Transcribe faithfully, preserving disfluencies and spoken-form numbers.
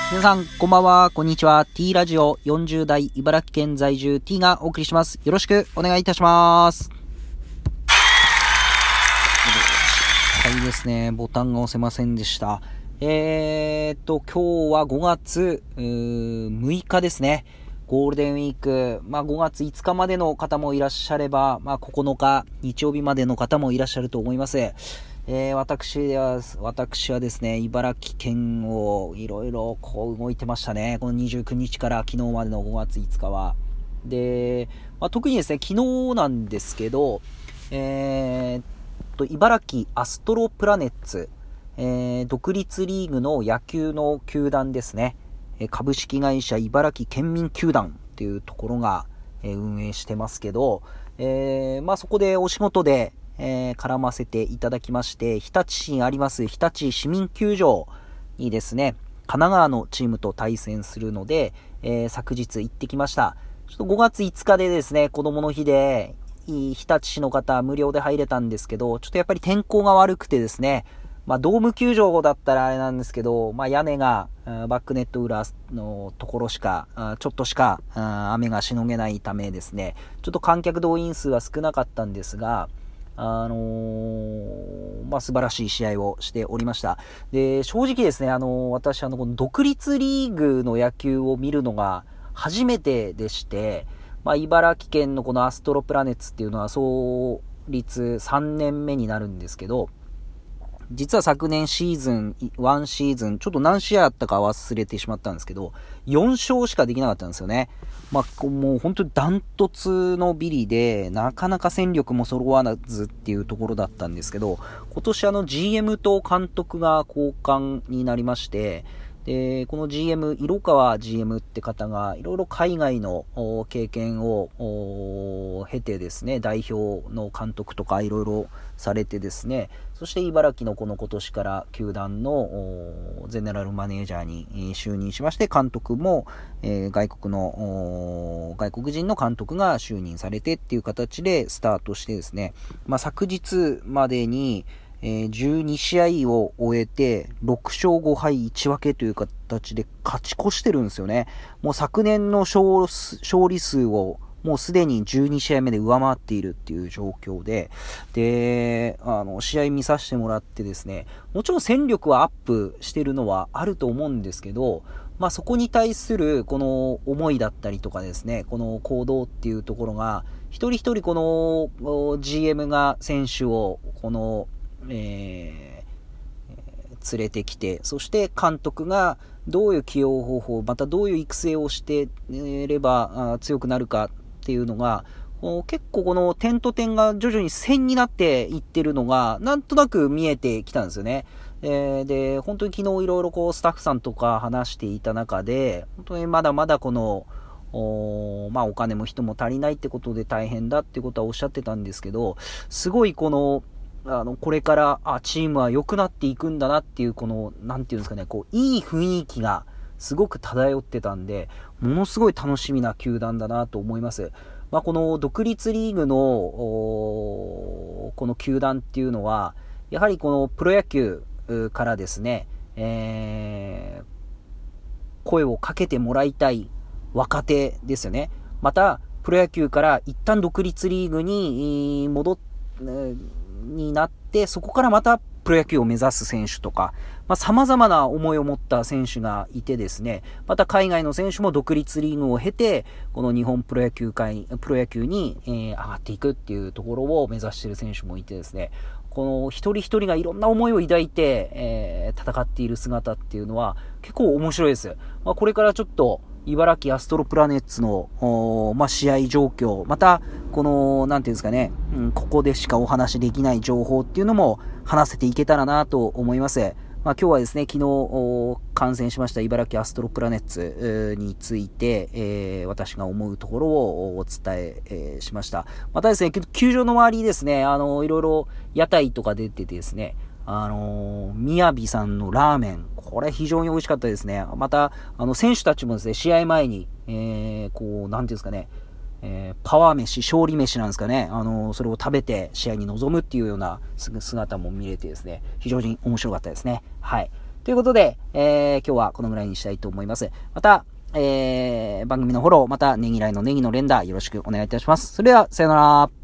皆さん、こんばんは、こんにちは。T ラジオよんじゅう代茨城県在住 T がお送りします。よろしくお願いいたします。はいですね、ボタンが押せませんでした。えーっと、今日はごがつむいかですね。ゴールデンウィーク、まあごがついつかまでの方もいらっしゃれば、まあここのか、日曜日までの方もいらっしゃると思います。えー、私は、私はですね、茨城県をいろいろこう動いてましたね。このにじゅうくにちから昨日までのごがついつかは。で、まあ、特にですね、昨日なんですけど、えー、っと、茨城アストロプラネッツ、えー、独立リーグの野球の球団ですね。株式会社茨城県民球団っていうところが運営してますけど、えー、まあそこでお仕事で、えー、絡ませていただきまして、日立市にあります日立市民球場にですね、神奈川のチームと対戦するので、えー、昨日行ってきました。ちょっとごがついつかでですね、子供の日で、日立市の方無料で入れたんですけど、ちょっとやっぱり天候が悪くてですね、まあ、ドーム球場だったらあれなんですけど、まあ、屋根がバックネット裏のところしか、ちょっとしか雨がしのげないためですね、ちょっと観客動員数は少なかったんですが、あのー、まあ、素晴らしい試合をしておりました。で、正直ですね、あのー、私、あの、この独立リーグの野球を見るのが初めてでして、まあ、茨城県のこのアストロプラネッツっていうのは創立さんねんめになるんですけど、実は昨年シーズン、いちシーズン、ちょっと何試合あったか忘れてしまったんですけど、よんしょうしかできなかったんですよね。まあ、もう本当にダントツのビリで、なかなか戦力も揃わずっていうところだったんですけど、今年あの ジーエム と監督が交換になりまして、で、この ジーエム、色川 ジーエム って方がいろいろ海外の経験を経てですね、代表の監督とかいろいろされてですね、そして茨城のこの今年から球団のゼネラルマネージャーに就任しまして、監督も、えー、外国の外国人の監督が就任されてっていう形でスタートしてですね、まあ、昨日までにえー、じゅうにしあいを終えてろくしょうごはいいち分けという形で勝ち越してるんですよね。もう昨年の 勝, 勝利数をもうすでにじゅうにしあいめで上回っているっていう状況で、で、あの、試合見させてもらってですね、もちろん戦力はアップしてるのはあると思うんですけど、まあそこに対するこの思いだったりとかですね、この行動っていうところが、一人一人この ジーエム が選手をこのえー、連れてきて、そして監督がどういう起用方法、またどういう育成をしてれば強くなるかっていうのが、結構この点と点が徐々に線になっていってるのがなんとなく見えてきたんですよね。えー、で、本当に昨日いろいろこうスタッフさんとか話していた中で、本当にまだまだこのお, まあお金も人も足りないってことで大変だってことはおっしゃってたんですけど、すごいこのあの、これから、あ、チームは良くなっていくんだなっていう、この、なんていうんですかね、こう、いい雰囲気がすごく漂ってたんで、ものすごい楽しみな球団だなと思います。まあ、この独立リーグの、この球団っていうのは、やはりこのプロ野球からですね、えー、声をかけてもらいたい若手ですよね。また、プロ野球から一旦独立リーグに戻って、になって、そこからまたプロ野球を目指す選手とか、まあ、様々な思いを持った選手がいてですね、また海外の選手も独立リーグを経て、この日本プロ野球界、プロ野球に、えー、上がっていくっていうところを目指している選手もいてですね、この一人一人がいろんな思いを抱いて、えー、戦っている姿っていうのは結構面白いです。まあ、これからちょっと、茨城アストロプラネッツの、まあ、試合状況、また、この、なんていうんですかね、うん、ここでしかお話できない情報っていうのも話せていけたらなと思います。まあ、今日はですね、昨日観戦しました茨城アストロプラネッツについて、えー、私が思うところをお伝ええー、しました。またですね、球場の周りですね、あの、いろいろ屋台とか出ててですね、あのー、みやびさんのラーメン、これ非常に美味しかったですね。また、あの、選手たちもですね、試合前に、えー、こう、なんていうんですかね、えー、パワー飯、勝利飯なんですかね、あのー、それを食べて試合に臨むっていうような姿も見れてですね、非常に面白かったですね。はい。 ということで、えー、今日はこのぐらいにしたいと思います。また、えー、番組のフォロー、またネギライのネギの連打よろしくお願いいたします。それでは、さよなら。